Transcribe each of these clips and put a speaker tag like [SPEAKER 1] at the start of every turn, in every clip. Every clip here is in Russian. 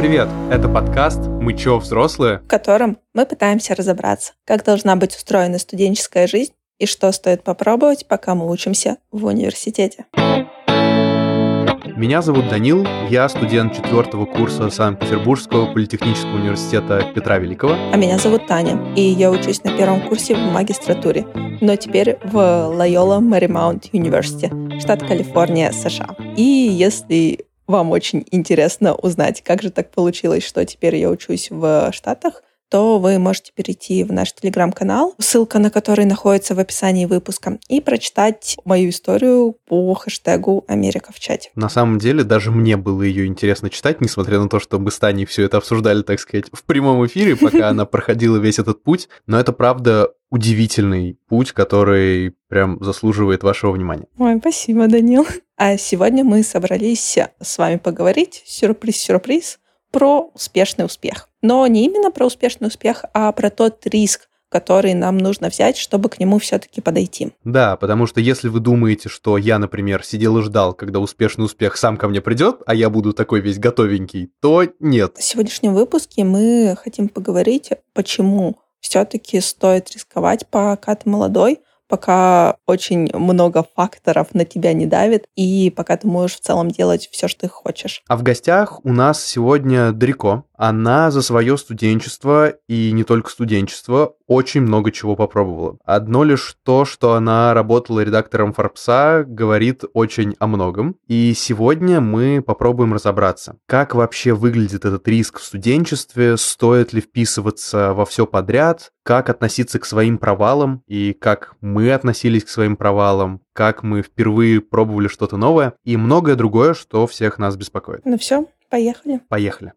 [SPEAKER 1] привет! Это подкаст «Мы чё, взрослые?»,
[SPEAKER 2] в котором мы пытаемся разобраться, как должна быть устроена студенческая жизнь и что стоит попробовать, пока мы учимся в университете.
[SPEAKER 1] Меня зовут Данил, я студент 4-го курса Санкт-Петербургского политехнического университета Петра Великого.
[SPEAKER 2] А меня зовут Таня, и я учусь на 1-м курсе в магистратуре, но теперь в Loyola Marymount University, штат Калифорния, США. И если вам очень интересно узнать, как же так получилось, что теперь я учусь в Штатах, то вы можете перейти в наш телеграм-канал, ссылка на который находится в описании выпуска, и прочитать мою историю по хэштегу «Америка в чате».
[SPEAKER 1] На самом деле, даже мне было ее интересно читать, несмотря на то, что мы с Таней все это обсуждали, так сказать, в прямом эфире, пока она проходила весь этот путь. Но это, правда, удивительный путь, который прям заслуживает вашего внимания.
[SPEAKER 2] Ой, спасибо, Данил. А сегодня мы собрались с вами поговорить, сюрприз-сюрприз, про успешный успех. Но не именно про успешный успех, а про тот риск, который нам нужно взять, чтобы к нему все-таки подойти.
[SPEAKER 1] Да, потому что если вы думаете, что я, например, сидел и ждал, когда успешный успех сам ко мне придет, а я буду такой весь готовенький, то нет.
[SPEAKER 2] В сегодняшнем выпуске мы хотим поговорить, почему все-таки стоит рисковать, пока ты молодой, пока очень много факторов на тебя не давит, и пока ты можешь в целом делать все, что ты хочешь.
[SPEAKER 1] А в гостях у нас сегодня Дарико. Она за свое студенчество, и не только студенчество, очень много чего попробовала. Одно лишь то, что она работала редактором Форбса, говорит очень о многом. И сегодня мы попробуем разобраться, как вообще выглядит этот риск в студенчестве, стоит ли вписываться во все подряд, как относиться к своим провалам, и как мы относились к своим провалам, как мы впервые пробовали что-то новое, и многое другое, что всех нас беспокоит.
[SPEAKER 2] Ну все, поехали.
[SPEAKER 1] Поехали.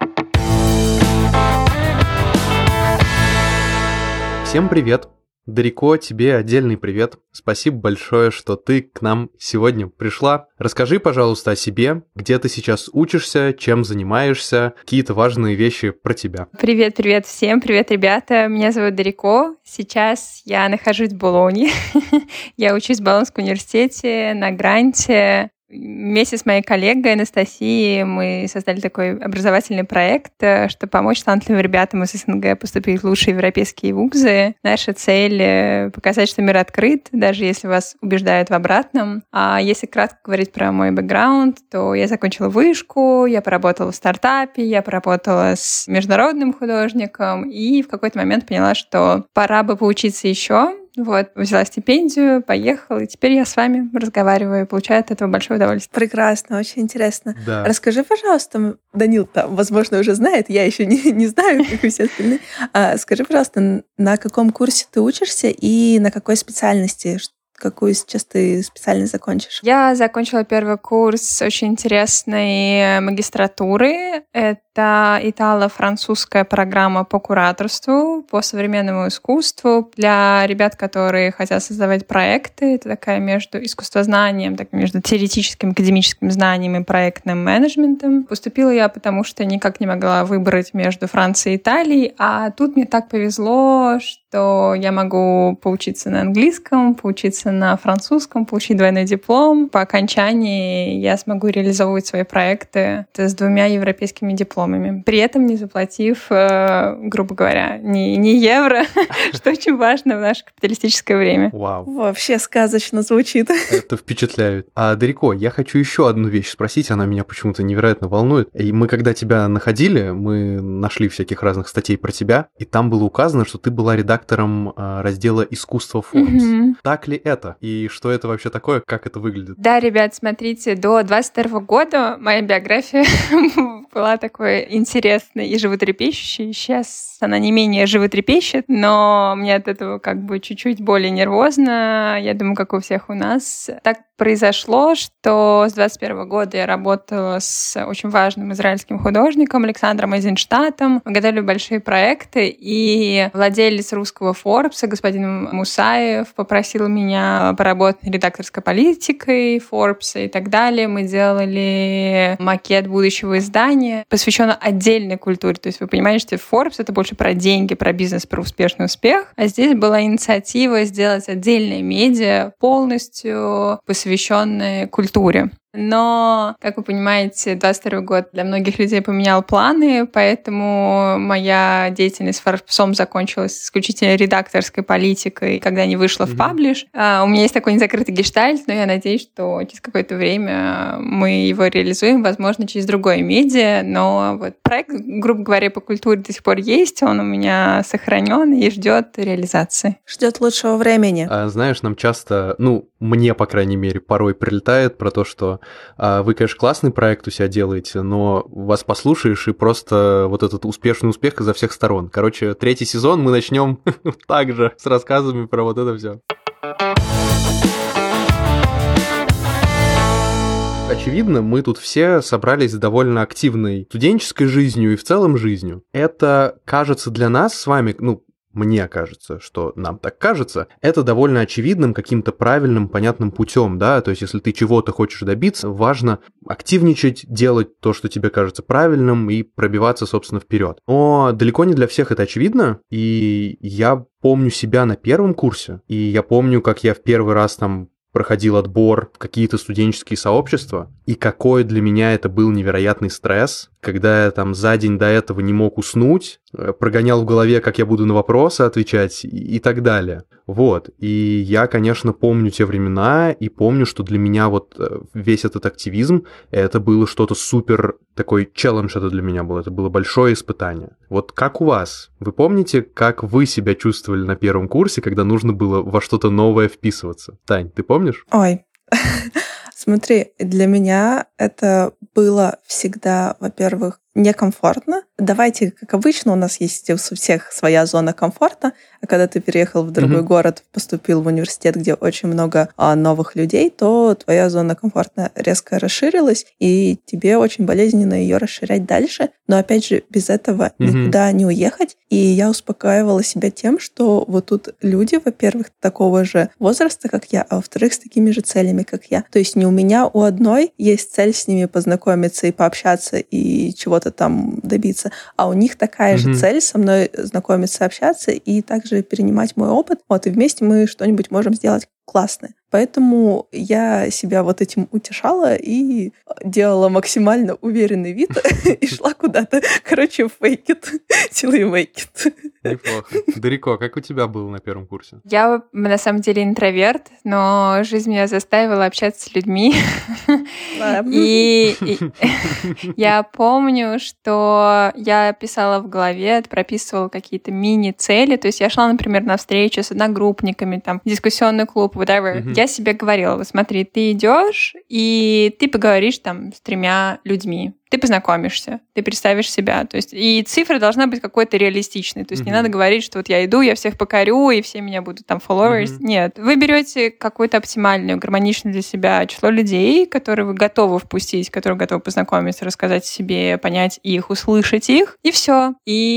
[SPEAKER 1] Всем привет! Дарико, тебе отдельный привет. Спасибо большое, что ты к нам сегодня пришла. Расскажи, пожалуйста, о себе, где ты сейчас учишься, чем занимаешься, какие-то важные вещи про тебя.
[SPEAKER 3] Привет всем, привет, ребята. Меня зовут Дарико. Сейчас я нахожусь в Болонье. Я учусь в Болонском университете на гранте. Вместе с моей коллегой Анастасией мы создали такой образовательный проект, чтобы помочь талантливым ребятам из СНГ поступить в лучшие европейские вузы. Наша цель — показать, что мир открыт, даже если вас убеждают в обратном. А если кратко говорить про мой бэкграунд, то я закончила вышку, я поработала в стартапе, я поработала с международным художником и в какой-то момент поняла, что пора бы поучиться еще. Вот, взяла стипендию, поехала, и теперь я с вами разговариваю и получаю от этого большое удовольствие.
[SPEAKER 2] Прекрасно, очень интересно.
[SPEAKER 1] Да.
[SPEAKER 2] Расскажи, пожалуйста, Данил-то, возможно, уже знает, я еще не знаю, как и все остальные. Скажи, пожалуйста, на каком курсе ты учишься и на какой специальности? Какую сейчас ты специальность закончишь?
[SPEAKER 3] Я закончила первый курс очень интересной магистратуры. Это итало-французская программа по кураторству, по современному искусству для ребят, которые хотят создавать проекты. Это такая между искусствознанием, так, между теоретическим, академическим знанием и проектным менеджментом. Поступила я потому, что никак не могла выбрать между Францией и Италией, а тут мне так повезло, что я могу поучиться на английском, поучиться на французском, получить двойной диплом. По окончании я смогу реализовывать свои проекты с 2 европейскими дипломами, при этом не заплатив, грубо говоря, ни евро, что очень важно в наше капиталистическое время.
[SPEAKER 1] Вау.
[SPEAKER 2] Вообще сказочно звучит.
[SPEAKER 1] Это впечатляет. А, Дарико, я хочу еще одну вещь спросить, она меня почему-то невероятно волнует. И мы, когда тебя находили, мы нашли всяких разных статей про тебя, и там было указано, что ты была редактором раздела «Искусство Forbes». Так ли это? И что это вообще такое? Как это выглядит?
[SPEAKER 3] Да, ребят, смотрите, до 22 года моя биография была такой интересной и животрепещущей. Сейчас она не менее животрепещет, но мне от этого как бы чуть-чуть более нервозно. Я думаю, как у всех у нас. Так произошло, что с 21 года я работала с очень важным израильским художником Александром Эйзенштадтом. Мы готовили большие проекты, и владелец русского Forbes, господин Мусаев, попросил меня поработать над редакторской политикой Forbes и так далее. Мы делали макет будущего издания, посвященный отдельной культуре. То есть вы понимаете, что Forbes — это больше про деньги, про бизнес, про успешный успех. А здесь была инициатива сделать отдельное медиа, полностью посвященное культуре. Но, как вы понимаете, 22 год для многих людей поменял планы, поэтому моя деятельность с Форбсом закончилась исключительно редакторской политикой, когда не вышла в паблиш. У меня есть такой незакрытый гештальт, но я надеюсь, что через какое-то время мы его реализуем, возможно, через другое медиа, но вот проект, грубо говоря, по культуре до сих пор есть, он у меня сохранен и ждет реализации.
[SPEAKER 2] Ждет лучшего времени.
[SPEAKER 1] Знаешь, нам часто, мне, по крайней мере, порой прилетает про то, что вы, конечно, классный проект у себя делаете, но вас послушаешь, и просто вот этот успешный успех изо всех сторон. Короче, 3-й сезон мы начнем также с рассказами про вот это все. Очевидно, мы тут все собрались с довольно активной студенческой жизнью и в целом жизнью. Это кажется для нас с вами, мне кажется, что нам так кажется, это довольно очевидным, каким-то правильным, понятным путем, да, то есть если ты чего-то хочешь добиться, важно активничать, делать то, что тебе кажется правильным, и пробиваться, собственно, вперед. Но далеко не для всех это очевидно, и я помню себя на первом курсе, и я помню, как я в первый раз там проходил отбор в какие-то студенческие сообщества, и какой для меня это был невероятный стресс, когда я там за день до этого не мог уснуть, прогонял в голове, как я буду на вопросы отвечать и так далее. Вот, и я, конечно, помню те времена, и помню, что для меня вот весь этот активизм, это было что-то супер, такой челлендж это для меня был, это было большое испытание. Вот как у вас? Вы помните, как вы себя чувствовали на первом курсе, когда нужно было во что-то новое вписываться? Тань, ты помнишь?
[SPEAKER 2] Ой, смотри, для меня это было всегда, во-первых, некомфортно. Давайте, как обычно, у нас есть у всех своя зона комфорта, а когда ты переехал в другой город, поступил в университет, где очень много новых людей, то твоя зона комфорта резко расширилась, и тебе очень болезненно ее расширять дальше. Но, опять же, без этого никуда не уехать. И я успокаивала себя тем, что вот тут люди, во-первых, такого же возраста, как я, а во-вторых, с такими же целями, как я. То есть не у меня, у одной есть цель с ними познакомиться и пообщаться, и чего-то там добиться, а у них такая же цель со мной знакомиться, общаться и также перенимать мой опыт. Вот, и вместе мы что-нибудь можем сделать классное. Поэтому я себя вот этим утешала и делала максимально уверенный вид и шла куда-то. Короче, fake it till you make it.
[SPEAKER 1] Неплохо. Дарико, как у тебя было на первом курсе?
[SPEAKER 3] Я, на самом деле, интроверт, но жизнь меня заставила общаться с людьми. И я помню, что я писала в голове, прописывала какие-то мини-цели. То есть я шла, например, на встречу с одногруппниками, там, дискуссионный клуб, whatever. Я себе говорила, вот смотри, ты идешь и ты поговоришь там с 3 людьми. Ты познакомишься, ты представишь себя. То есть, и цифра должна быть какой-то реалистичной. То есть не надо говорить, что вот я иду, я всех покорю, и все меня будут там followers. Нет. Вы берете какую-то оптимальную, гармоничную для себя число людей, которые вы готовы впустить, которые готовы познакомиться, рассказать себе, понять их, услышать их, и все.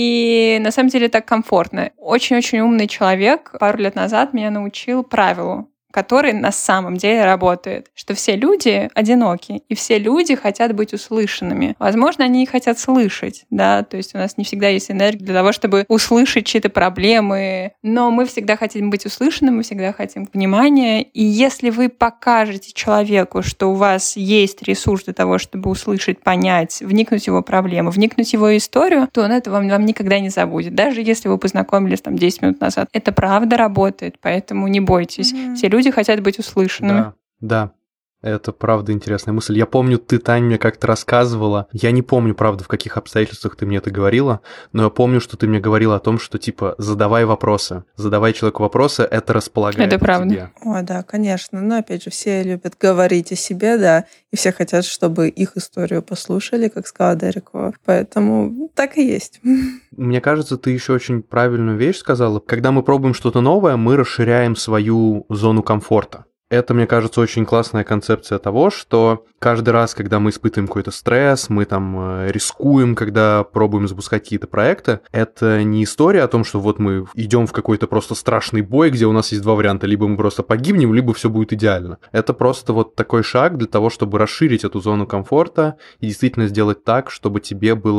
[SPEAKER 3] И на самом деле так комфортно. Очень-очень умный человек пару лет назад меня научил правилу, который на самом деле работает, что все люди одиноки, и все люди хотят быть услышанными. Возможно, они не хотят слышать, да, то есть у нас не всегда есть энергия для того, чтобы услышать чьи-то проблемы, но мы всегда хотим быть услышанными, мы всегда хотим внимания, и если вы покажете человеку, что у вас есть ресурс для того, чтобы услышать, понять, вникнуть в его проблемы, вникнуть в его историю, то он это вам никогда не забудет, даже если вы познакомились там 10 минут назад. Это правда работает, поэтому не бойтесь. Все люди хотят быть услышанными.
[SPEAKER 1] Да. Это правда интересная мысль. Я помню, ты, Тань, мне как-то рассказывала. Я не помню, правда, в каких обстоятельствах ты мне это говорила, но я помню, что ты мне говорила о том, что, типа, задавай вопросы. Задавай человеку вопросы, это располагает
[SPEAKER 3] это правда.
[SPEAKER 1] К тебе.
[SPEAKER 2] О, да, конечно. Но, опять же, все любят говорить о себе, да, и все хотят, чтобы их историю послушали, как сказала Дарико. Поэтому так и есть.
[SPEAKER 1] Мне кажется, ты еще очень правильную вещь сказала. Когда мы пробуем что-то новое, мы расширяем свою зону комфорта. Это, мне кажется, очень классная концепция того, что каждый раз, когда мы испытываем какой-то стресс, мы там рискуем, когда пробуем запускать какие-то проекты, это не история о том, что вот мы идем в какой-то просто страшный бой, где у нас есть 2 варианта, либо мы просто погибнем, либо все будет идеально. Это просто вот такой шаг для того, чтобы расширить эту зону комфорта и действительно сделать так, чтобы тебе было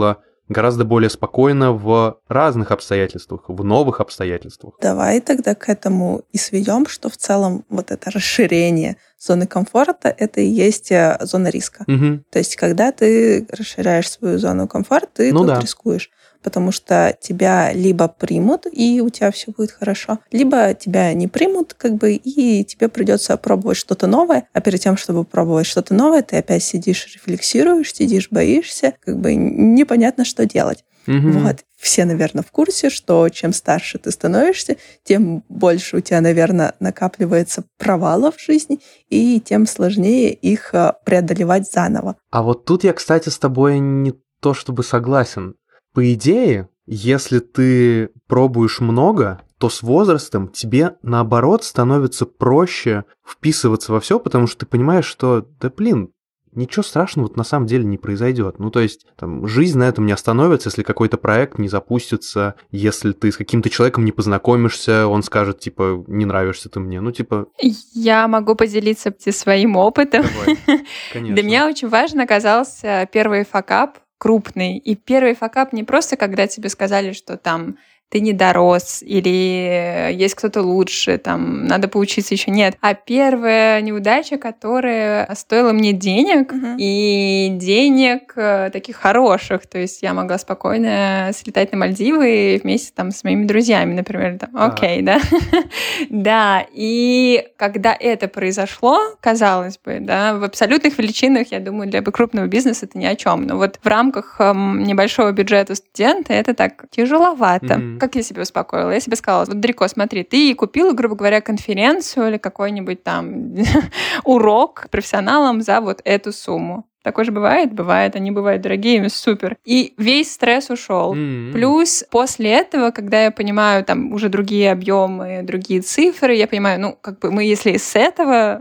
[SPEAKER 1] гораздо более спокойно в разных обстоятельствах, в новых обстоятельствах.
[SPEAKER 2] Давай тогда к этому и сведем, что в целом вот это расширение зоны комфорта — это и есть зона риска.
[SPEAKER 1] Угу.
[SPEAKER 2] То есть когда ты расширяешь свою зону комфорта, ты тут рискуешь. Потому что тебя либо примут, и у тебя все будет хорошо, либо тебя не примут, и тебе придется пробовать что-то новое, а перед тем, чтобы пробовать что-то новое, ты опять сидишь, рефлексируешь, сидишь, боишься, непонятно, что делать.
[SPEAKER 1] Угу.
[SPEAKER 2] Вот. Все, наверное, в курсе, что чем старше ты становишься, тем больше у тебя, наверное, накапливается провалов в жизни, и тем сложнее их преодолевать заново.
[SPEAKER 1] А вот тут я, кстати, с тобой не то чтобы согласен. По идее, если ты пробуешь много, то с возрастом тебе, наоборот, становится проще вписываться во все, потому что ты понимаешь, что, ничего страшного на самом деле не произойдет. То есть, жизнь на этом не остановится, если какой-то проект не запустится, если ты с каким-то человеком не познакомишься, он скажет, не нравишься ты мне,
[SPEAKER 3] Я могу поделиться своим опытом.
[SPEAKER 1] Давай, конечно.
[SPEAKER 3] Для меня очень важно оказался первый факап, крупный. И первый факап не просто, когда тебе сказали, что ты не дорос, или есть кто-то лучше, надо поучиться еще. Нет. А первая неудача, которая стоила мне денег, и денег таких хороших. То есть я могла спокойно слетать на Мальдивы вместе с моими друзьями, например. Окей, да? Да. И когда это произошло, казалось бы, да, в абсолютных величинах, я думаю, для крупного бизнеса это ни о чем. Но вот в рамках небольшого бюджета студента это так тяжеловато. Как я себя успокоила? Я себе сказала, вот, Дрико, смотри, ты купила, грубо говоря, конференцию или какой-нибудь урок профессионалам за вот эту сумму. Такое же бывает? Бывает. Они бывают дорогие, супер. И весь стресс ушел. Плюс после этого, когда я понимаю уже другие объемы, другие цифры, я понимаю, мы если с этого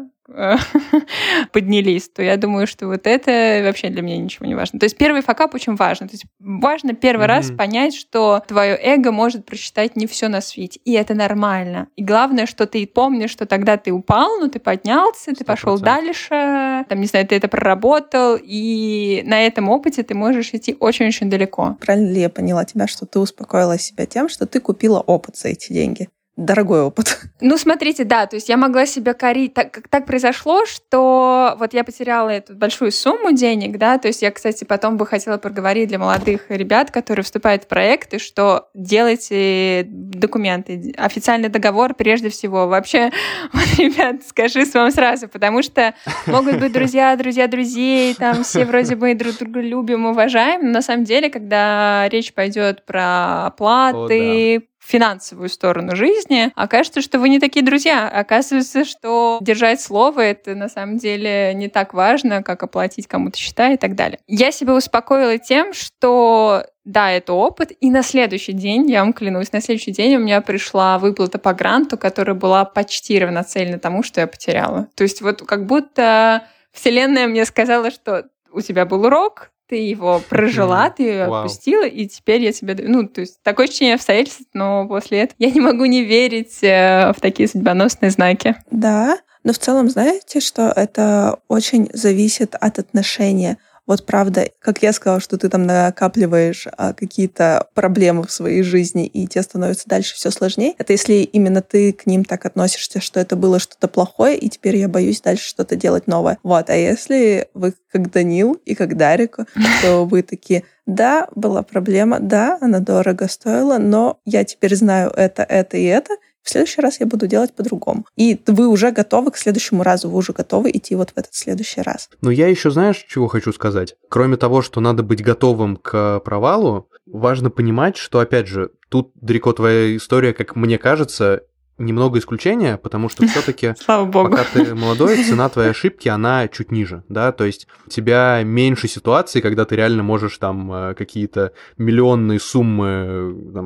[SPEAKER 3] поднялись, то я думаю, что вот это вообще для меня ничего не важно. То есть первый факап очень важно. То есть важно первый раз понять, что твое эго может просчитать не все на свете, и это нормально. И главное, что ты помнишь, что тогда ты упал, но ты поднялся, ты 100%. Пошел дальше, ты это проработал, и на этом опыте ты можешь идти очень-очень далеко.
[SPEAKER 2] Правильно ли я поняла тебя, что ты успокоила себя тем, что ты купила опыт за эти деньги? Дорогой опыт.
[SPEAKER 3] Смотрите, да, то есть я могла себя корить. Так произошло, что вот я потеряла эту большую сумму денег, да, то есть я, кстати, потом бы хотела проговорить для молодых ребят, которые вступают в проекты, что делайте документы, официальный договор прежде всего. Вообще, вот, ребят, скажи вам сразу, потому что могут быть друзья друзей, все вроде бы друг друга любим, уважаем, но на самом деле, когда речь пойдет про оплаты, финансовую сторону жизни, окажется, что вы не такие друзья. Оказывается, что держать слово — это на самом деле не так важно, как оплатить кому-то счета и так далее. Я себя успокоила тем, что да, это опыт, и на следующий день, я вам клянусь, на следующий день у меня пришла выплата по гранту, которая была почти равноцельна тому, что я потеряла. То есть вот как будто Вселенная мне сказала, что у тебя был урок, ты его прожила, ты ее отпустила, и теперь я тебе... то есть такое ощущение обстоятельств, но после этого я не могу не верить в такие судьбоносные знаки.
[SPEAKER 2] Да, но в целом, знаете, что это очень зависит от отношения. Вот правда, как я сказала, что ты накапливаешь какие-то проблемы в своей жизни, и тебе становится дальше все сложнее, это если именно ты к ним так относишься, что это было что-то плохое, и теперь я боюсь дальше что-то делать новое. Вот, а если вы как Данил и как Дарика, то вы такие: да, была проблема, да, она дорого стоила, но я теперь знаю это и это, в следующий раз я буду делать по-другому. И вы уже готовы к следующему разу, вы уже готовы идти вот в этот следующий раз.
[SPEAKER 1] Но я еще, знаешь, чего хочу сказать? Кроме того, что надо быть готовым к провалу, важно понимать, что, опять же, тут, Дрико, твоя история, как мне кажется, немного исключение, потому что все-таки, пока ты молодой, цена твоей ошибки, она чуть ниже, да, то есть у тебя меньше ситуаций, когда ты реально можешь какие-то миллионные суммы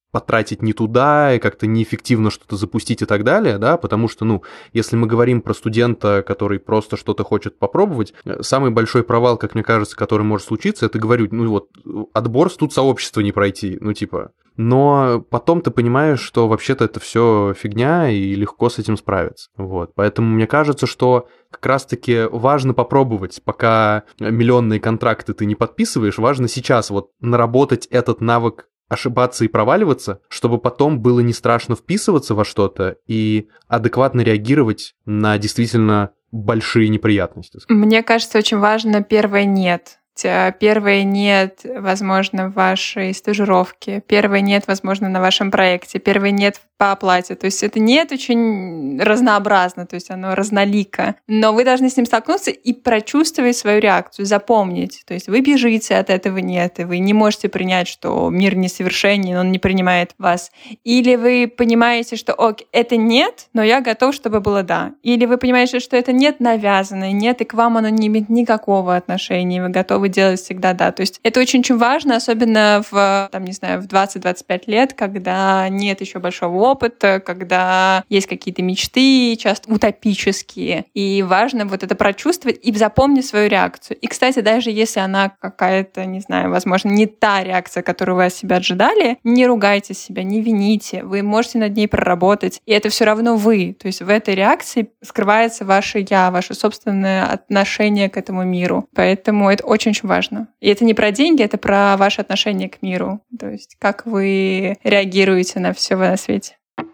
[SPEAKER 1] потратить не туда, и как-то неэффективно что-то запустить и так далее, да, потому что, если мы говорим про студента, который просто что-то хочет попробовать, самый большой провал, как мне кажется, который может случиться, это, говорю, отбор тут сообщества не пройти, но потом ты понимаешь, что вообще-то это все фигня, и легко с этим справиться. Вот. Поэтому мне кажется, что как раз-таки важно попробовать, пока миллионные контракты ты не подписываешь, важно сейчас наработать этот навык ошибаться и проваливаться, чтобы потом было не страшно вписываться во что-то и адекватно реагировать на действительно большие неприятности.
[SPEAKER 3] Мне кажется, очень важно первое «нет». Первое «нет», возможно, в вашей стажировке, первое «нет», возможно, на вашем проекте, первое «нет» по оплате. То есть это «нет» очень разнообразно, то есть оно разнолико. Но вы должны с ним столкнуться и прочувствовать свою реакцию, запомнить. То есть вы бежите от этого «нет», и вы не можете принять, что мир несовершенен, он не принимает вас. Или вы понимаете, что ок, это «нет», но я готов, чтобы было «да». Или вы понимаете, что это «нет» навязанное, «нет», и к вам оно не имеет никакого отношения, вы готовы делать всегда «да». То есть это очень важно, особенно в 20-25 лет, когда нет еще большого опыта, когда есть какие-то мечты, часто утопические. И важно это прочувствовать и запомнить свою реакцию. И, кстати, даже если она какая-то, возможно, не та реакция, которую вы от себя ожидали, не ругайте себя, не вините. Вы можете над ней проработать. И это все равно вы. То есть в этой реакции скрывается ваше «я», ваше собственное отношение к этому миру. Поэтому это очень важно. И это не про деньги, это про ваше отношение к миру. То есть как вы реагируете на все на свете.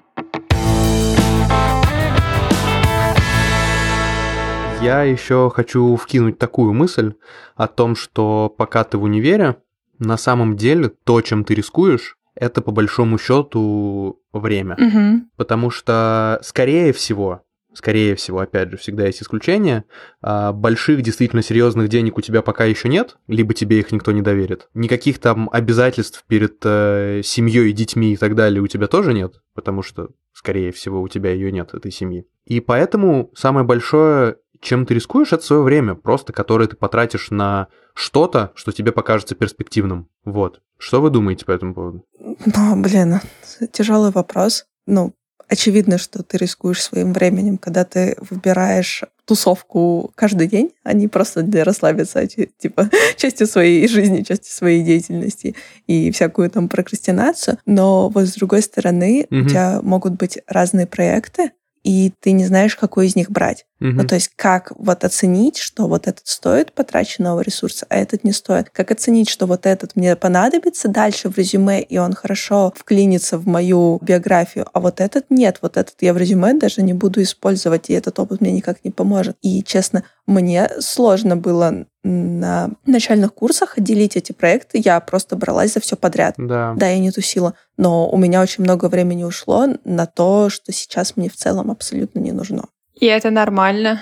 [SPEAKER 1] Я еще хочу вкинуть такую мысль о том, что пока ты в универе, на самом деле то, чем ты рискуешь, это по большому счету время.
[SPEAKER 3] Угу.
[SPEAKER 1] Потому что, скорее всего, опять же, всегда есть исключения, больших, действительно серьезных денег у тебя пока еще нет, либо тебе их никто не доверит. Никаких там обязательств перед семьей, детьми и так далее у тебя тоже нет, потому что, скорее всего, у тебя ее нет, этой семьи. И поэтому самое большое, чем ты рискуешь, это свое время, просто которое ты потратишь на что-то, что тебе покажется перспективным. Вот. Что вы думаете по этому поводу?
[SPEAKER 2] Тяжелый вопрос. Очевидно, что ты рискуешь своим временем, когда ты выбираешь тусовку каждый день, а не просто для расслабиться, частью своей жизни, частью своей деятельности и всякую там прокрастинацию. Но с другой стороны, у тебя могут быть разные проекты, и ты не знаешь, какой из них брать. То есть как оценить, что этот стоит потраченного ресурса, а этот не стоит. Как оценить, что этот мне понадобится дальше в резюме, и он хорошо вклинится в мою биографию, а этот нет. Этот я в резюме даже не буду использовать, и этот опыт мне никак не поможет. И, честно, мне сложно было на начальных курсах отделить эти проекты. Я просто бралась за все подряд.
[SPEAKER 1] Да,
[SPEAKER 2] я не тусила. Но у меня очень много времени ушло на то, что сейчас мне в целом абсолютно не нужно.
[SPEAKER 3] И это нормально.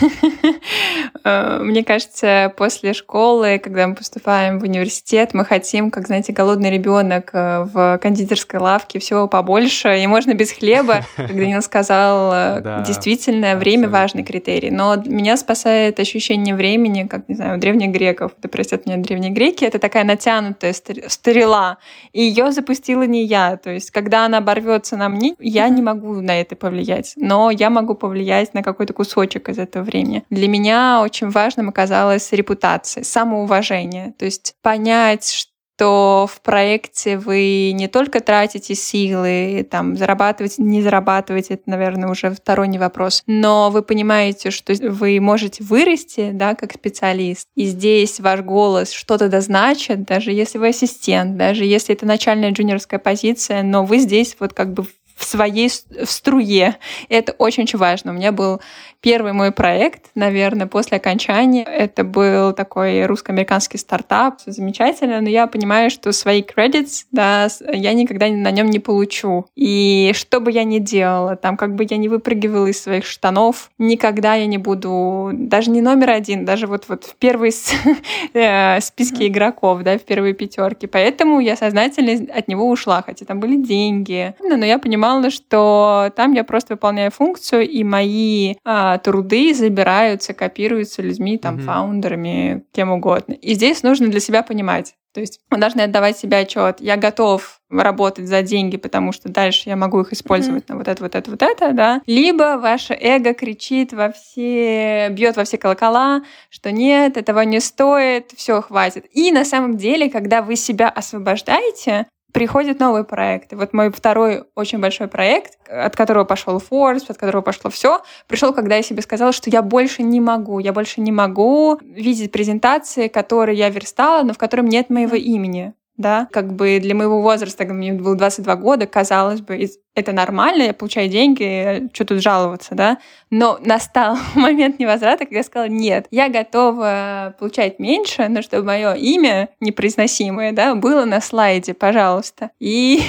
[SPEAKER 3] Мне кажется, после школы, когда мы поступаем в университет, мы хотим, как, голодный ребенок в кондитерской лавке, всего побольше, и можно без хлеба. Как Данил сказал, действительно, время важный критерий. Но меня спасает ощущение времени, как, у древних греков. Да простят меня древние греки. Это такая натянутая стрела. И ее запустила не я. То есть, когда она оборвется на мне, я не могу на это повлиять. Но я могу повлиять на какой-то кусочек из этого времени. Для меня очень важным оказалась репутация, самоуважение. То есть понять, что в проекте вы не только тратите силы, зарабатываете, не зарабатываете, это, наверное, уже второй вопрос, но вы понимаете, что вы можете вырасти, как специалист, и здесь ваш голос что-то дозначит, даже если вы ассистент, даже если это начальная джуниорская позиция, но вы здесь в своей струе. И это очень-очень важно. У меня был первый мой проект, наверное, после окончания. Это был такой русско-американский стартап. Все замечательно, но я понимаю, что свои credits, я никогда на нем не получу. И что бы я ни делала, как бы я не выпрыгивала из своих штанов, никогда я не буду, даже не номер один, даже в первой списке игроков, в первой пятерке. Поэтому я сознательно от него ушла, хотя там были деньги. Но я понимала, понимала, что там я просто выполняю функцию, и мои труды забираются, копируются людьми, там, фаундерами, кем угодно. И здесь нужно для себя понимать. То есть мы должны отдавать себе отчет. Я готов работать за деньги, потому что дальше я могу их использовать на вот это, да. Либо ваше эго кричит бьет во все колокола, что нет, этого не стоит, все, хватит. И на самом деле, когда вы себя освобождаете, приходят новые проекты. Вот мой второй очень большой проект, от которого пошел Forbes, от которого пошло все, пришел, когда я себе сказала, что я больше не могу видеть презентации, которые я верстала, но в котором нет моего имени. Да, как бы для моего возраста, когда мне было 22 года, казалось бы, это нормально, я получаю деньги, что тут жаловаться, да? Но настал момент невозврата, когда я сказала, нет, я готова получать меньше, но чтобы мое имя непроизносимое, да, было на слайде, пожалуйста. И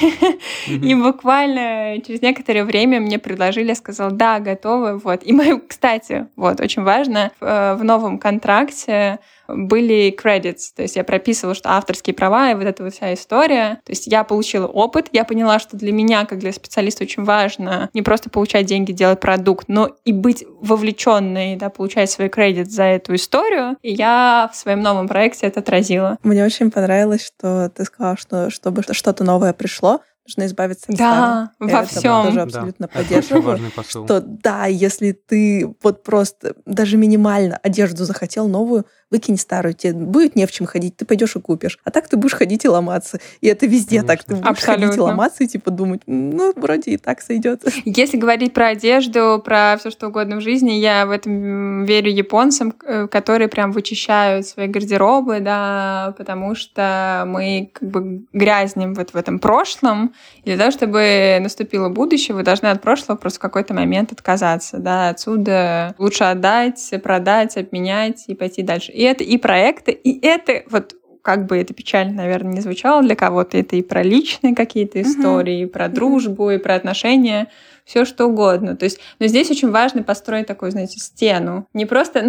[SPEAKER 3] буквально через некоторое время мне предложили, я сказала, да, готова, вот. И кстати, вот, очень важно, в новом контракте были credits, то есть я прописывала, что авторские права и вот эта вот вся история. То есть я получила опыт, я поняла, что для меня, как для специалиста, очень важно не просто получать деньги, делать продукт, но и быть вовлеченной, да, получать свой кредит за эту историю. И я в своем новом проекте это отразила.
[SPEAKER 2] Мне очень понравилось, что ты сказала, что чтобы что-то новое пришло, нужно избавиться от старого.
[SPEAKER 3] Да, во всем.
[SPEAKER 2] Я тоже абсолютно поддерживаю. Что да, если ты вот просто даже минимально одежду захотел новую, выкинь старую, тебе будет не в чем ходить, ты пойдешь и купишь. А так ты будешь ходить и ломаться. И это везде Конечно. Так. Ты будешь ходить и ломаться, и типа думать, ну, вроде и так сойдет.
[SPEAKER 3] Если говорить про одежду, про все что угодно в жизни, я в этом верю японцам, которые прям вычищают свои гардеробы, да, потому что мы как бы грязнем вот в этом прошлом. И для того, чтобы наступило будущее, вы должны от прошлого просто в какой-то момент отказаться, да, отсюда лучше отдать, продать, обменять и пойти дальше. И это и проекты, и это вот как бы это печально, наверное, не звучало для кого-то, это и про личные какие-то истории, и про дружбу, и про отношения, все что угодно. То есть, но здесь очень важно построить такую, знаете, стену. Не просто,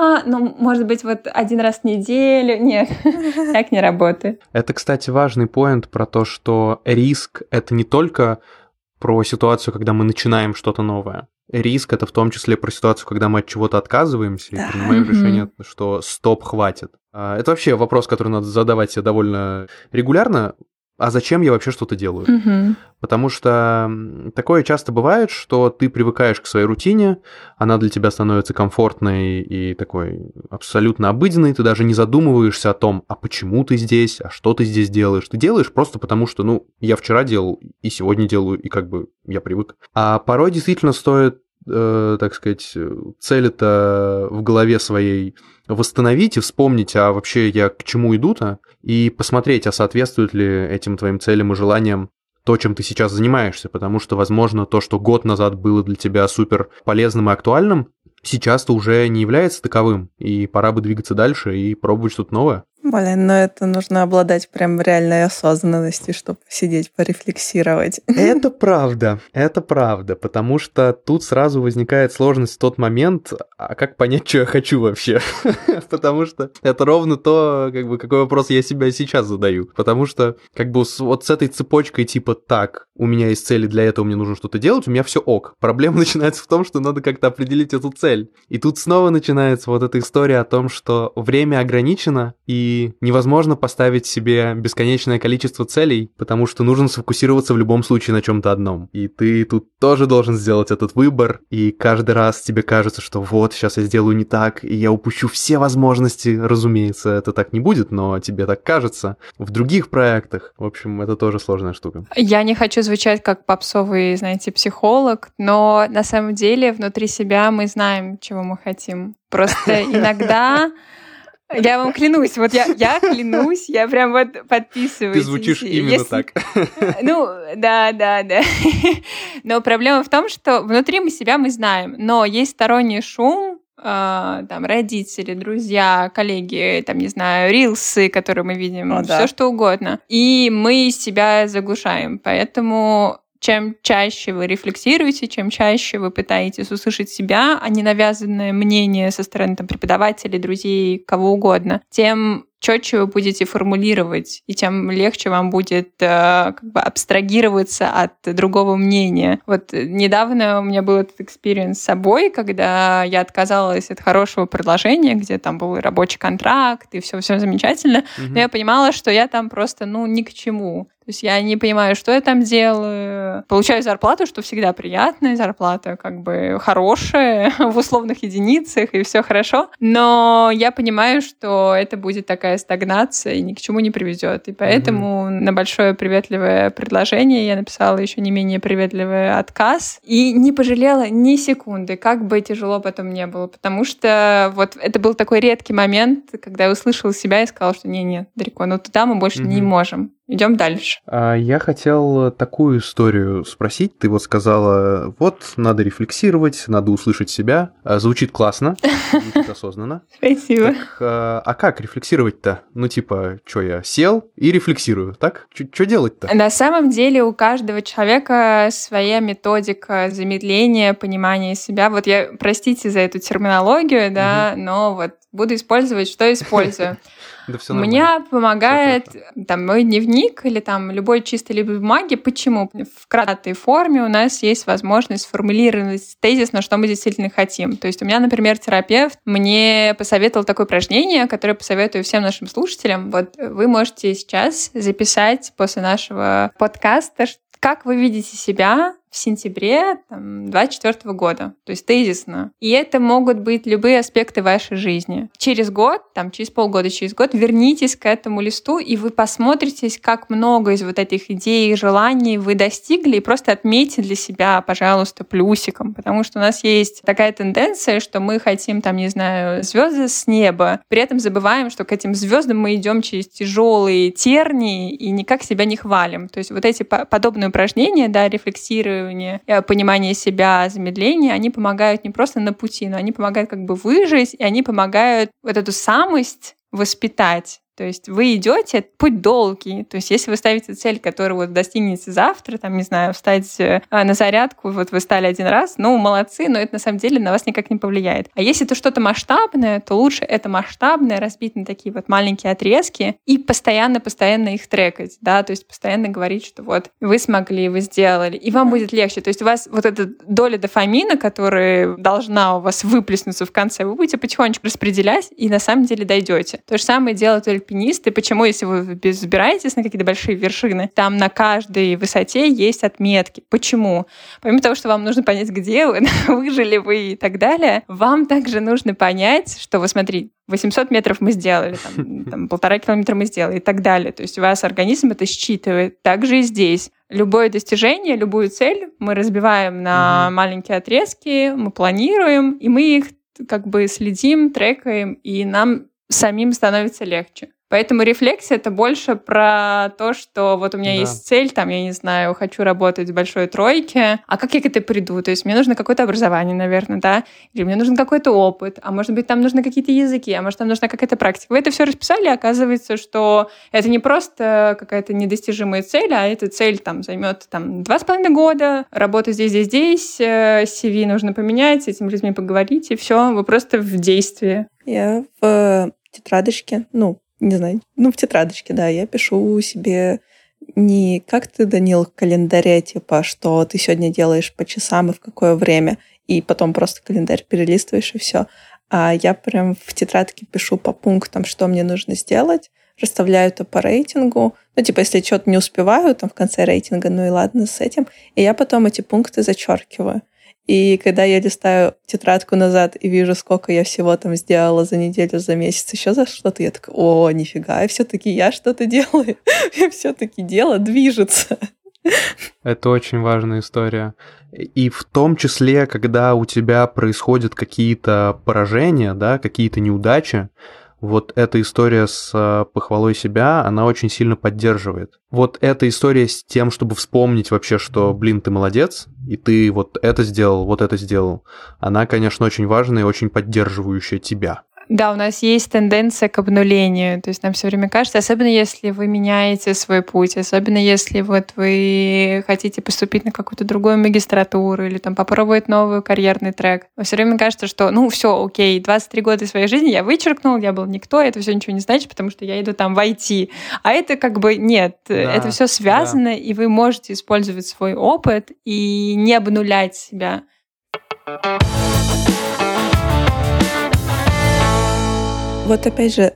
[SPEAKER 3] может быть, вот один раз в неделю. Нет, так не работает.
[SPEAKER 1] Это, кстати, важный поинт про то, что риск — это не только про ситуацию, когда мы начинаем что-то новое. Риск — это в том числе про ситуацию, когда мы от чего-то отказываемся и принимаем решение, что стоп, хватит. Это вообще вопрос, который надо задавать себе довольно регулярно. А зачем я вообще что-то делаю? Потому что такое часто бывает, что ты привыкаешь к своей рутине, она для тебя становится комфортной и такой абсолютно обыденной, ты даже не задумываешься о том, а почему ты здесь, а что ты здесь делаешь. Ты делаешь просто потому, что, я вчера делал и сегодня делаю, и как бы я привык. А порой действительно стоит, так сказать, цели-то в голове своей восстановить и вспомнить, а вообще я к чему иду-то, и посмотреть, а соответствует ли этим твоим целям и желаниям то, чем ты сейчас занимаешься, потому что, возможно, то, что год назад было для тебя супер полезным и актуальным, сейчас-то уже не является таковым, и пора бы двигаться дальше и пробовать что-то новое.
[SPEAKER 2] Блин, но это нужно обладать прям реальной осознанностью, чтобы сидеть, порефлексировать.
[SPEAKER 1] Это правда, потому что тут сразу возникает сложность в тот момент, а как понять, что я хочу вообще? Потому что это ровно то, как бы, какой вопрос я себя сейчас задаю. Потому что, как бы, вот с этой цепочкой типа так, у меня есть цели, для этого мне нужно что-то делать, у меня все ок. Проблема начинается в том, что надо как-то определить эту цель. И тут снова начинается вот эта история о том, что время ограничено, и невозможно поставить себе бесконечное количество целей, потому что нужно сфокусироваться в любом случае на чем-то одном. И ты тут тоже должен сделать этот выбор, и каждый раз тебе кажется, что вот, сейчас я сделаю не так, и я упущу все возможности. Разумеется, это так не будет, но тебе так кажется. В других проектах, в общем, это тоже сложная штука.
[SPEAKER 3] Я не хочу звучать как попсовый, знаете, психолог, но на самом деле внутри себя мы знаем, чего мы хотим. Просто иногда... Я вам клянусь, вот я клянусь, я прям вот подписываюсь.
[SPEAKER 1] Ты звучишь именно так.
[SPEAKER 3] Да. Но проблема в том, что внутри мы знаем, но есть сторонний шум, там, родители, друзья, коллеги, там, не знаю, рилсы, которые мы видим, все что угодно. И мы себя заглушаем, поэтому... Чем чаще вы рефлексируете, чем чаще вы пытаетесь услышать себя, а не навязанное мнение со стороны там, преподавателей, друзей, кого угодно, тем четче вы будете формулировать, и тем легче вам будет как бы абстрагироваться от другого мнения. Вот недавно у меня был этот экспириенс с собой, когда я отказалась от хорошего предложения, где там был рабочий контракт, и все замечательно, но я понимала, что я там просто, ни к чему. То есть я не понимаю, что я там делаю. Получаю зарплату, что всегда приятная зарплата, как бы хорошая, в условных единицах, и все хорошо. Но я понимаю, что это будет такая стагнация и ни к чему не приведет. И поэтому на большое приветливое предложение я написала еще не менее приветливый отказ. И не пожалела ни секунды, как бы тяжело потом не было. Потому что вот это был такой редкий момент, когда я услышала себя и сказала, что нет, Дарико, туда мы больше не можем. Идем дальше.
[SPEAKER 1] Я хотел такую историю спросить. Ты вот сказала, надо рефлексировать, надо услышать себя. Звучит классно, звучит осознанно.
[SPEAKER 3] Спасибо.
[SPEAKER 1] А как рефлексировать-то? Что я сел и рефлексирую, так? Что делать-то?
[SPEAKER 3] На самом деле у каждого человека своя методика замедления, понимания себя. Вот я, простите за эту терминологию, да, но буду использовать, что использую.
[SPEAKER 1] Да,
[SPEAKER 3] мне помогает мой дневник или любой чистый лист бумаги. Почему? В краткой форме у нас есть возможность сформулировать тезисно, что мы действительно хотим. То есть у меня, например, терапевт мне посоветовал такое упражнение, которое посоветую всем нашим слушателям. Вы можете сейчас записать после нашего подкаста, как вы видите себя в сентябре 2024 года, то есть тезисно. И это могут быть любые аспекты вашей жизни. Через год, через полгода, через год вернитесь к этому листу, и вы посмотрите, как много из этих идей и желаний вы достигли, и просто отметьте для себя, пожалуйста, плюсиком, потому что у нас есть такая тенденция, что мы хотим, звезды с неба, при этом забываем, что к этим звездам мы идем через тяжелые тернии и никак себя не хвалим. То есть эти подобные упражнения, рефлексирование, понимание себя, замедление, они помогают не просто на пути, но они помогают выжить, и они помогают эту самость воспитать. То есть вы идете, путь долгий. То есть если вы ставите цель, которую достигнете завтра, встать на зарядку, вы стали один раз, молодцы, но это на самом деле на вас никак не повлияет. А если это что-то масштабное, то лучше это масштабное разбить на такие маленькие отрезки и постоянно их трекать, да, то есть постоянно говорить, что вы смогли, вы сделали, и вам будет легче. То есть у вас эта доля дофамина, которая должна у вас выплеснуться в конце, вы будете потихонечку распределять и на самом деле дойдете. То же самое делают альпинисты. Почему, если вы взбираетесь на какие-то большие вершины, там на каждой высоте есть отметки. Почему? Помимо того, что вам нужно понять, где вы, выжили вы и так далее, вам также нужно понять, что, смотри, 800 метров мы сделали, 1,5 километра мы сделали и так далее. То есть у вас организм это считывает. Также и здесь. Любое достижение, любую цель мы разбиваем на маленькие отрезки, мы планируем, и мы их следим, трекаем, и нам самим становится легче. Поэтому рефлексия — это больше про то, что у меня есть цель, я не знаю, хочу работать в большой тройке, а как я к этой приду? То есть мне нужно какое-то образование, наверное, да? Или мне нужен какой-то опыт, а может быть, там нужны какие-то языки, а может, там нужна какая-то практика. Вы это все расписали, и оказывается, что это не просто какая-то недостижимая цель, а эта цель займет 2,5 года, работа здесь, CV нужно поменять, с этими людьми поговорить, и все, вы просто в действии.
[SPEAKER 2] Я в тетрадочке, в тетрадочке, да, я пишу себе не как ты, Данил, в календаре, что ты сегодня делаешь по часам и в какое время, и потом просто календарь перелистываешь и все. А я прям в тетрадке пишу по пунктам, что мне нужно сделать, расставляю это по рейтингу. Если что-то не успеваю в конце рейтинга, и ладно с этим. И я потом эти пункты зачеркиваю. И когда я листаю тетрадку назад и вижу, сколько я всего сделала за неделю, за месяц, еще за что-то, я такая, о, нифига, все-таки я что-то делаю. Все-таки дело движется.
[SPEAKER 1] Это очень важная история. И в том числе, когда у тебя происходят какие-то поражения, да, какие-то неудачи, эта история с похвалой себя, она очень сильно поддерживает. Эта история с тем, чтобы вспомнить вообще, что, ты молодец, и ты это сделал, она, конечно, очень важная и очень поддерживающая тебя.
[SPEAKER 3] Да, у нас есть тенденция к обнулению. То есть нам все время кажется, особенно если вы меняете свой путь, особенно если вот вы хотите поступить на какую-то другую магистратуру или там попробовать новый карьерный трек. Все время кажется, что все, окей, 23 года своей жизни я вычеркнул, я был никто, это все ничего не значит, потому что я иду там в IT. А это как бы нет, это все связано, и вы можете использовать свой опыт и не обнулять себя.
[SPEAKER 2] Вот опять же,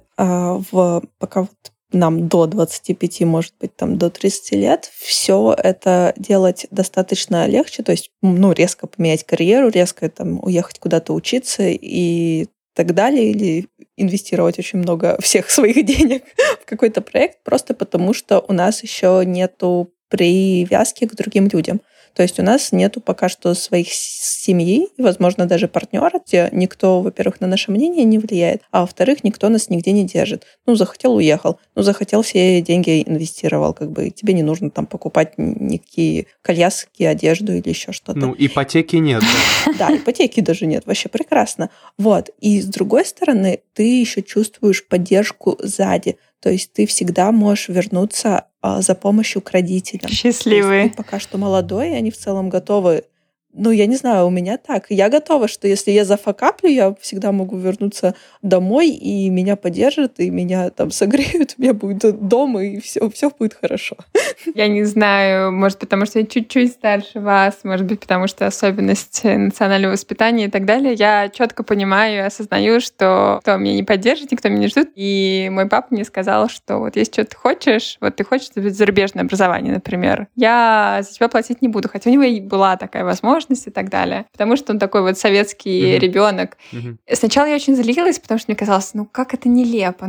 [SPEAKER 2] пока вот нам до 25, может быть, там до 30 лет, все это делать достаточно легче, то есть, резко поменять карьеру, резко там уехать куда-то учиться и так далее, или инвестировать очень много всех своих денег в какой-то проект, просто потому что у нас еще нету привязки к другим людям. То есть у нас нету пока что своих семьи и, возможно, даже партнера, где никто, во-первых, на наше мнение не влияет, а во-вторых, никто нас нигде не держит. Захотел — уехал. Захотел — все деньги инвестировал. Как бы тебе не нужно там покупать никакие коляски, одежду или еще что-то.
[SPEAKER 1] Ипотеки нет.
[SPEAKER 2] Да, ипотеки даже нет. Вообще прекрасно. Вот. И с другой стороны, ты еще чувствуешь поддержку сзади. То есть ты всегда можешь вернуться за помощью к родителям.
[SPEAKER 3] Счастливые.
[SPEAKER 2] Ты пока что молодой, и они в целом готовы. Я не знаю, у меня так. Я готова, что если я зафакаплю, я всегда могу вернуться домой, и меня поддержат, и меня там согреют, у меня будет дом, и все будет хорошо.
[SPEAKER 3] Я не знаю, может, потому что я чуть-чуть старше вас, может быть, потому что особенность национального воспитания и так далее. Я четко понимаю и осознаю, что никто меня не поддержит, никто меня не ждет. И мой папа мне сказал, что вот если что ты хочешь, вот ты хочешь зарубежное образование, например, я за тебя платить не буду. Хотя у него и была такая возможность и так далее. Потому что он такой вот советский ребенок. Сначала я очень злилась, потому что мне казалось, как это нелепо.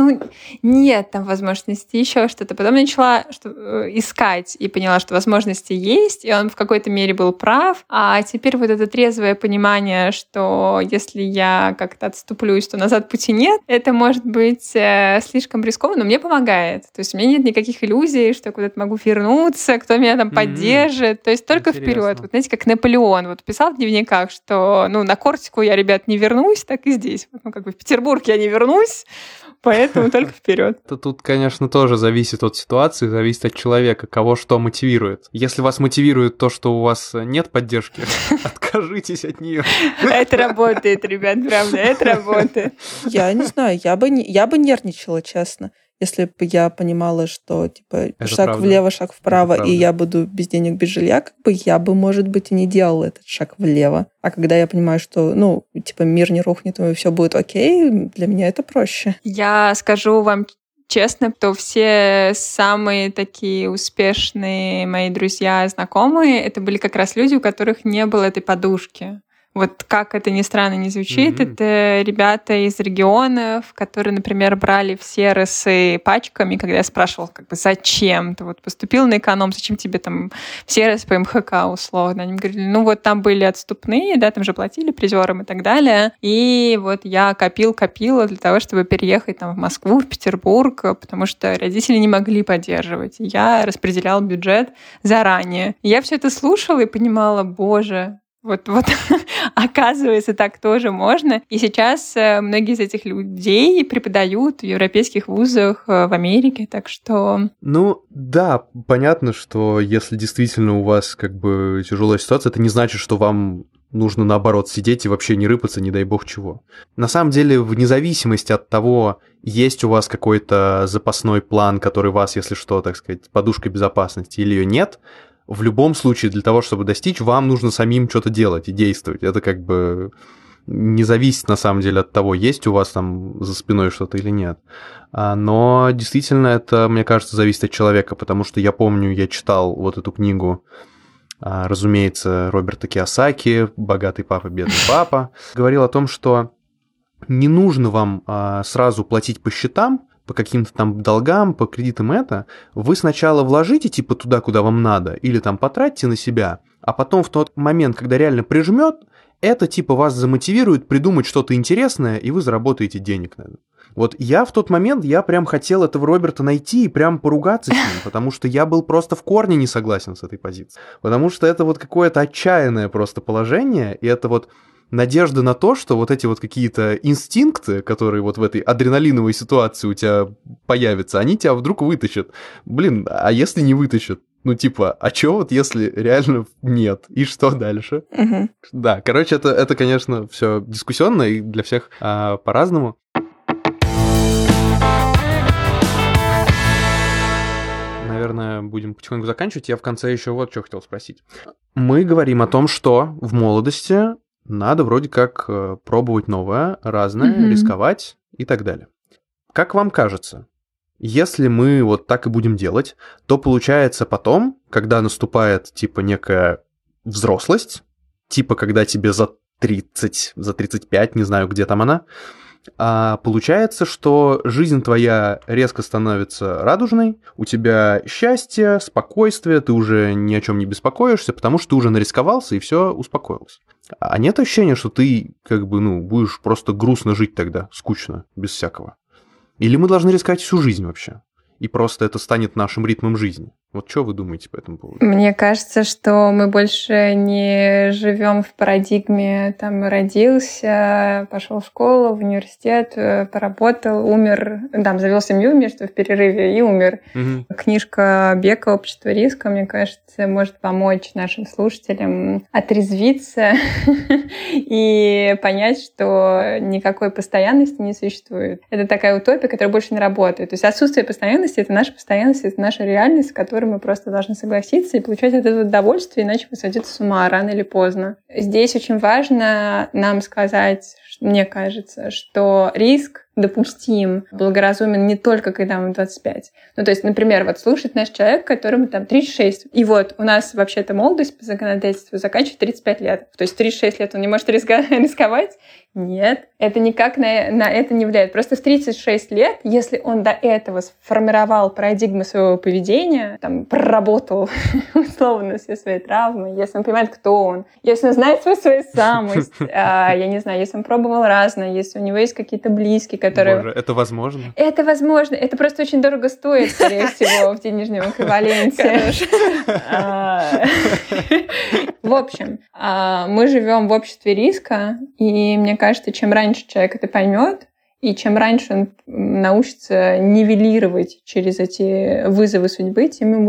[SPEAKER 3] Нет там возможности, еще что-то. Потом я начала искать и поняла, что возможности есть, и он в какой-то мере был прав. А теперь вот это трезвое понимание, что если я как-то отступлюсь, то назад пути нет, это может быть слишком рискованно, но мне помогает. То есть у меня нет никаких иллюзий, что я куда-то могу вернуться, кто меня там поддержит. То есть только вперед. Вот знаете, как Наполеон вот писал в дневниках, что на Корсику я, ребят, не вернусь, так и здесь. Как бы в Петербург я не вернусь, поэтому только вперед.
[SPEAKER 1] Тут, конечно, тоже зависит от ситуации, зависит от человека, кого что мотивирует. Если вас мотивирует то, что у вас нет поддержки, откажитесь от нее.
[SPEAKER 3] Это работает, ребят, правда, это работает.
[SPEAKER 2] Я не знаю, я бы нервничала, честно. Если бы я понимала, что шаг влево, шаг вправо, и я буду без денег, без жилья, я бы, может быть, и не делала этот шаг влево. А когда я понимаю, что, мир не рухнет, и все будет окей, для меня это проще.
[SPEAKER 3] Я скажу вам честно, то все самые такие успешные мои друзья, знакомые, это были как раз люди, у которых не было этой подушки. Вот как это ни странно не звучит, это ребята из регионов, которые, например, брали все РСы пачками, когда я спрашивала, зачем? Ты вот поступил на эконом, зачем тебе там все РС по МХК условно? Они мне говорили, там были отступные, да, там же платили призерам и так далее. И вот я копила для того, чтобы переехать там в Москву, в Петербург, потому что родители не могли поддерживать. Я распределяла бюджет заранее. И я все это слушала и понимала, боже, вот оказывается, так тоже можно. И сейчас многие из этих людей преподают в европейских вузах в Америке, так что...
[SPEAKER 1] Да, понятно, что если действительно у вас тяжелая ситуация, это не значит, что вам нужно, наоборот, сидеть и вообще не рыпаться, не дай бог чего. На самом деле, вне зависимости от того, есть у вас какой-то запасной план, который вас, если что, так сказать, подушка безопасности, или ее нет, в любом случае, для того, чтобы достичь, вам нужно самим что-то делать и действовать. Это не зависит, на самом деле, от того, есть у вас там за спиной что-то или нет. Но действительно это, мне кажется, зависит от человека, потому что я помню, я читал вот эту книгу, разумеется, Роберта Кийосаки «Богатый папа, бедный папа». Говорил о том, что не нужно вам сразу платить по счетам, по каким-то там долгам, по кредитам вы сначала вложите туда, куда вам надо, или там потратьте на себя, а потом в тот момент, когда реально прижмет, это вас замотивирует придумать что-то интересное, и вы заработаете денег на это. Вот я в тот момент, я прям хотел этого Роберта найти и прям поругаться с ним, потому что я был просто в корне не согласен с этой позицией. Потому что это какое-то отчаянное просто положение, и это надежда на то, что вот эти вот какие-то инстинкты, которые вот в этой адреналиновой ситуации у тебя появятся, они тебя вдруг вытащат. Блин, а если не вытащат? Ну, типа, а чё вот если реально нет? И что дальше?
[SPEAKER 2] Мгм.
[SPEAKER 1] Да, короче, это конечно, все дискуссионно и для всех по-разному. Наверное, будем потихоньку заканчивать. Я в конце еще вот что хотел спросить. Мы говорим о том, что в молодости надо вроде как пробовать новое, разное, рисковать и так далее. Как вам кажется, если мы вот так и будем делать, то получается потом, когда наступает типа некая взрослость, типа когда тебе за 30, за 35, не знаю, где там она, получается, что жизнь твоя резко становится радужной, у тебя счастье, спокойствие, ты уже ни о чем не беспокоишься, потому что ты уже нарисковался и все успокоился. А нет ощущения, что ты как бы, будешь просто грустно жить тогда, скучно, без всякого? Или мы должны рисковать всю жизнь вообще? И просто это станет нашим ритмом жизни? Вот что вы думаете по этому поводу?
[SPEAKER 3] Мне кажется, что мы больше не живем в парадигме, там, родился, пошел в школу, в университет, поработал, умер, там, завел семью между в перерыве и умер. Книжка Бека «Общество риска», мне кажется, может помочь нашим слушателям отрезвиться и понять, что никакой постоянности не существует. Это такая утопия, которая больше не работает. То есть отсутствие постоянности — это наша постоянность, это наша реальность, с которой мы просто должны согласиться и получать от этого удовольствие, иначе вы сойдете с ума рано или поздно. Здесь очень важно нам сказать, мне кажется, что риск допустим, благоразумен не только когда вам 25. Ну, то есть, например, вот слушает наш человек, которому там 36, и вот у нас вообще-то молодость по законодательству заканчивает 35 лет. То есть 36 лет он не может рисковать? Нет. Это никак на это не влияет. Просто в 36 лет, если он до этого сформировал парадигму своего поведения, там, проработал условно все свои травмы, если он понимает, кто он, если он знает свою самость, я не знаю, если он пробовал разное, если у него есть какие-то близкие, которые...
[SPEAKER 1] Боже, это возможно?
[SPEAKER 3] Это возможно. Это просто очень дорого стоит, скорее всего, в денежном эквиваленте. В общем, мы живем в обществе риска, и мне кажется, чем раньше человек это поймет, и чем раньше он научится нивелировать через эти вызовы судьбы, тем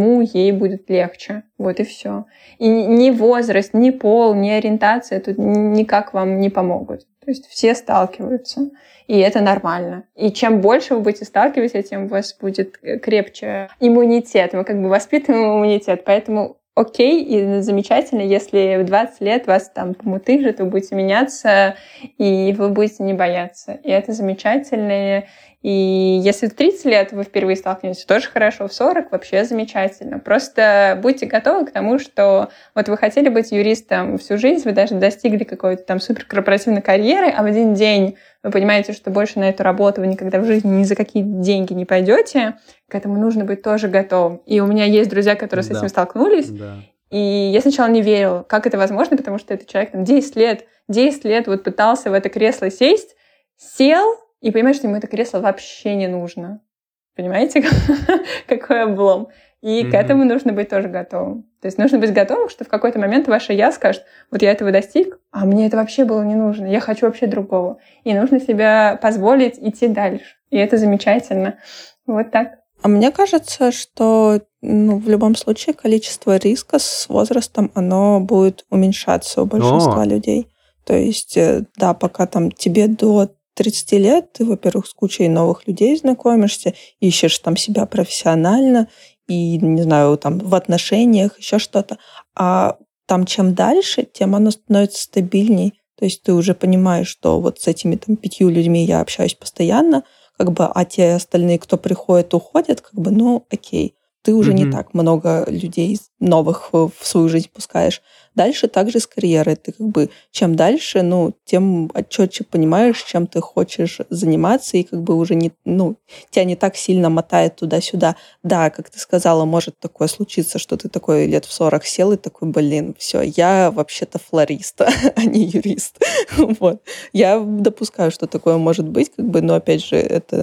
[SPEAKER 3] ей будет легче. Вот и все. И ни возраст, ни пол, ни ориентация тут никак вам не помогут. То есть все сталкиваются, и это нормально. И чем больше вы будете сталкиваться, тем у вас будет крепче иммунитет. Мы как бы воспитываем иммунитет, поэтому окей и замечательно, если в 20 лет вас там помутыжит, вы будете меняться, и вы будете не бояться. И это замечательно. И если в 30 лет вы впервые столкнетесь, тоже хорошо, в 40 вообще замечательно. Просто будьте готовы к тому, что вот вы хотели быть юристом всю жизнь, вы даже достигли какой-то там суперкорпоративной карьеры, а в один день вы понимаете, что больше на эту работу вы никогда в жизни ни за какие деньги не пойдете, к этому нужно быть тоже готовым. И у меня есть друзья, которые с этим столкнулись, и я сначала не верила, как это возможно, потому что этот человек там 10 лет вот пытался в это кресло сесть, сел, и понимаешь, что ему это кресло вообще не нужно. Понимаете, какой облом? И к этому нужно быть тоже готовым. То есть нужно быть готовым, что в какой-то момент ваше «я» скажет, вот я этого достиг, а мне это вообще было не нужно, я хочу вообще другого. И нужно себе позволить идти дальше. И это замечательно. Вот так.
[SPEAKER 2] А мне кажется, что в любом случае количество риска с возрастом, оно будет уменьшаться у большинства людей. То есть, да, пока там тебе до 30 лет, ты, во-первых, с кучей новых людей знакомишься, ищешь там себя профессионально и, не знаю, там в отношениях, еще что-то. А там чем дальше, тем оно становится стабильней. То есть ты уже понимаешь, что вот с этими там 5 людьми я общаюсь постоянно, как бы, а те остальные, кто приходит, уходят, как бы, окей. Ты уже не так много людей новых в свою жизнь пускаешь. Дальше также с карьерой. Ты как бы чем дальше, тем отчетче понимаешь, чем ты хочешь заниматься, и как бы уже тебя не так сильно мотает туда-сюда. Да, как ты сказала, может такое случиться, что ты такой лет в 40 сел и такой, все, я вообще-то флорист, а не юрист. Вот. Я допускаю, что такое может быть, как бы, но опять же, это,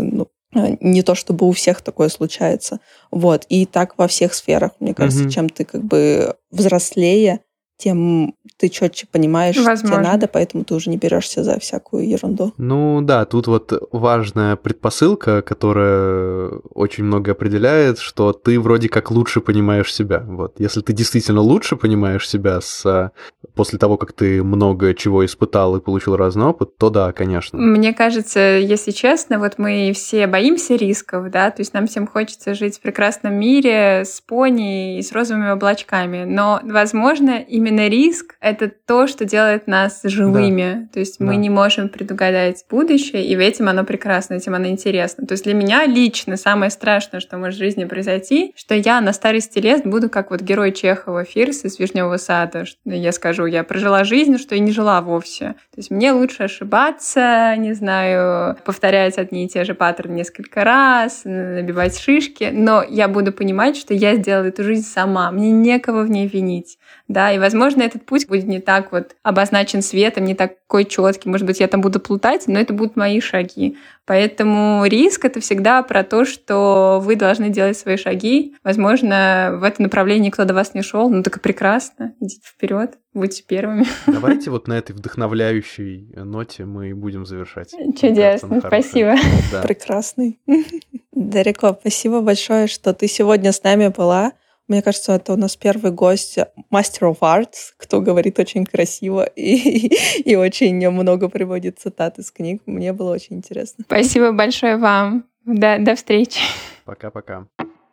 [SPEAKER 2] не то чтобы у всех такое случается. Вот. И так во всех сферах, мне кажется, чем ты как бы взрослее, тем ты четче понимаешь, что тебе надо, поэтому ты уже не берешься за всякую ерунду.
[SPEAKER 1] Ну да, тут вот важная предпосылка, которая очень много определяет, что ты вроде как лучше понимаешь себя. Вот. Если ты действительно лучше понимаешь себя после того, как ты много чего испытал и получил разный опыт, то да, конечно.
[SPEAKER 3] Мне кажется, если честно, вот мы все боимся рисков, да, то есть нам всем хочется жить в прекрасном мире с пони и с розовыми облачками, но, возможно, именно риск — это то, что делает нас живыми. Да. То есть мы не можем предугадать будущее, и в этом оно прекрасно, этим оно интересно. То есть для меня лично самое страшное, что может в жизни произойти, что я на старости лет буду как вот герой Чехова Фирс из «Вишневого сада». Я скажу, я прожила жизнь, что и не жила вовсе. То есть мне лучше ошибаться, не знаю, повторять одни и те же паттерны несколько раз, набивать шишки, но я буду понимать, что я сделала эту жизнь сама, мне некого в ней винить. Да, и, возможно, этот путь будет не так вот обозначен светом, не такой четкий. Может быть, я там буду плутать, но это будут мои шаги. Поэтому риск — это всегда про то, что вы должны делать свои шаги. Возможно, в это направлении никто до вас не шел, ну так и прекрасно. Идите вперед, будьте первыми.
[SPEAKER 1] Давайте вот на этой вдохновляющей ноте мы будем завершать.
[SPEAKER 3] Чудесно, спасибо.
[SPEAKER 2] Да. Прекрасный. Дарико, спасибо большое, что ты сегодня с нами была. Мне кажется, это у нас первый гость Master of Arts, кто говорит очень красиво и очень много приводит цитат из книг. Мне было очень интересно.
[SPEAKER 3] Спасибо большое вам. До встречи.
[SPEAKER 1] Пока-пока.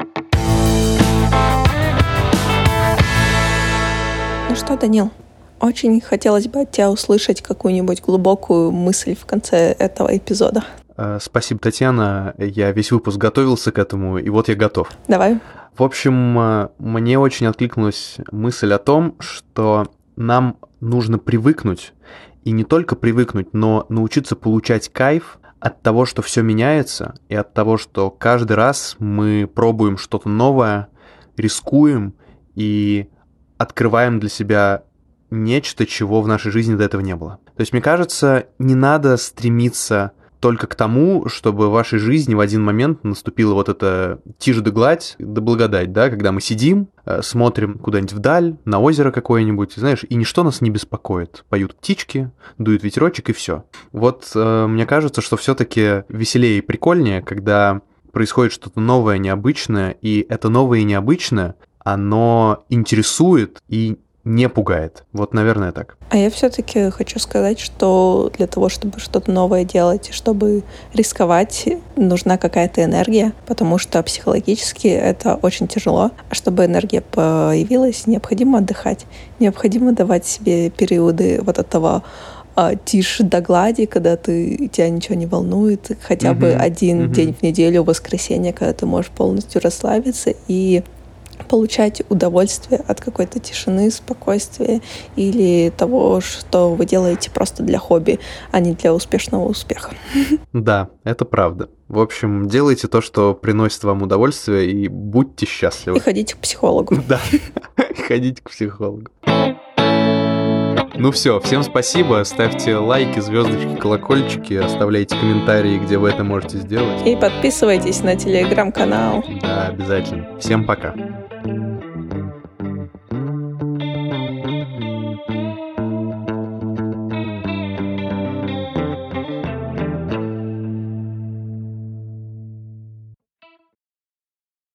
[SPEAKER 2] Ну что, Данил, очень хотелось бы от тебя услышать какую-нибудь глубокую мысль в конце этого эпизода.
[SPEAKER 1] Спасибо, Татьяна. Я весь выпуск готовился к этому, и вот я готов.
[SPEAKER 2] Давай.
[SPEAKER 1] В общем, мне очень откликнулась мысль о том, что нам нужно привыкнуть, и не только привыкнуть, но научиться получать кайф от того, что все меняется, и от того, что каждый раз мы пробуем что-то новое, рискуем и открываем для себя нечто, чего в нашей жизни до этого не было. То есть, мне кажется, не надо стремиться только к тому, чтобы в вашей жизни в один момент наступила вот эта тишь да гладь, да благодать, да, когда мы сидим, смотрим куда-нибудь вдаль, на озеро какое-нибудь, знаешь, и ничто нас не беспокоит. Поют птички, дует ветерочек, и все. Вот мне кажется, что все-таки веселее и прикольнее, когда происходит что-то новое, необычное, и это новое и необычное, оно интересует и не пугает. Вот, наверное, так.
[SPEAKER 2] А я все-таки хочу сказать, что для того, чтобы что-то новое делать, чтобы рисковать, нужна какая-то энергия, потому что психологически это очень тяжело. А чтобы энергия появилась, необходимо отдыхать. Необходимо давать себе периоды вот этого тишь да глади, когда тебя ничего не волнует, хотя бы один день в неделю, воскресенье, когда ты можешь полностью расслабиться и получать удовольствие от какой-то тишины, спокойствия или того, что вы делаете просто для хобби, а не для успешного успеха.
[SPEAKER 1] Да, это правда. В общем, делайте то, что приносит вам удовольствие, и будьте счастливы.
[SPEAKER 2] И ходите к психологу.
[SPEAKER 1] Да, ходите к психологу. Ну все, всем спасибо, ставьте лайки, звездочки, колокольчики, оставляйте комментарии, где вы это можете сделать.
[SPEAKER 2] И подписывайтесь на телеграм-канал.
[SPEAKER 1] Да, обязательно. Всем пока.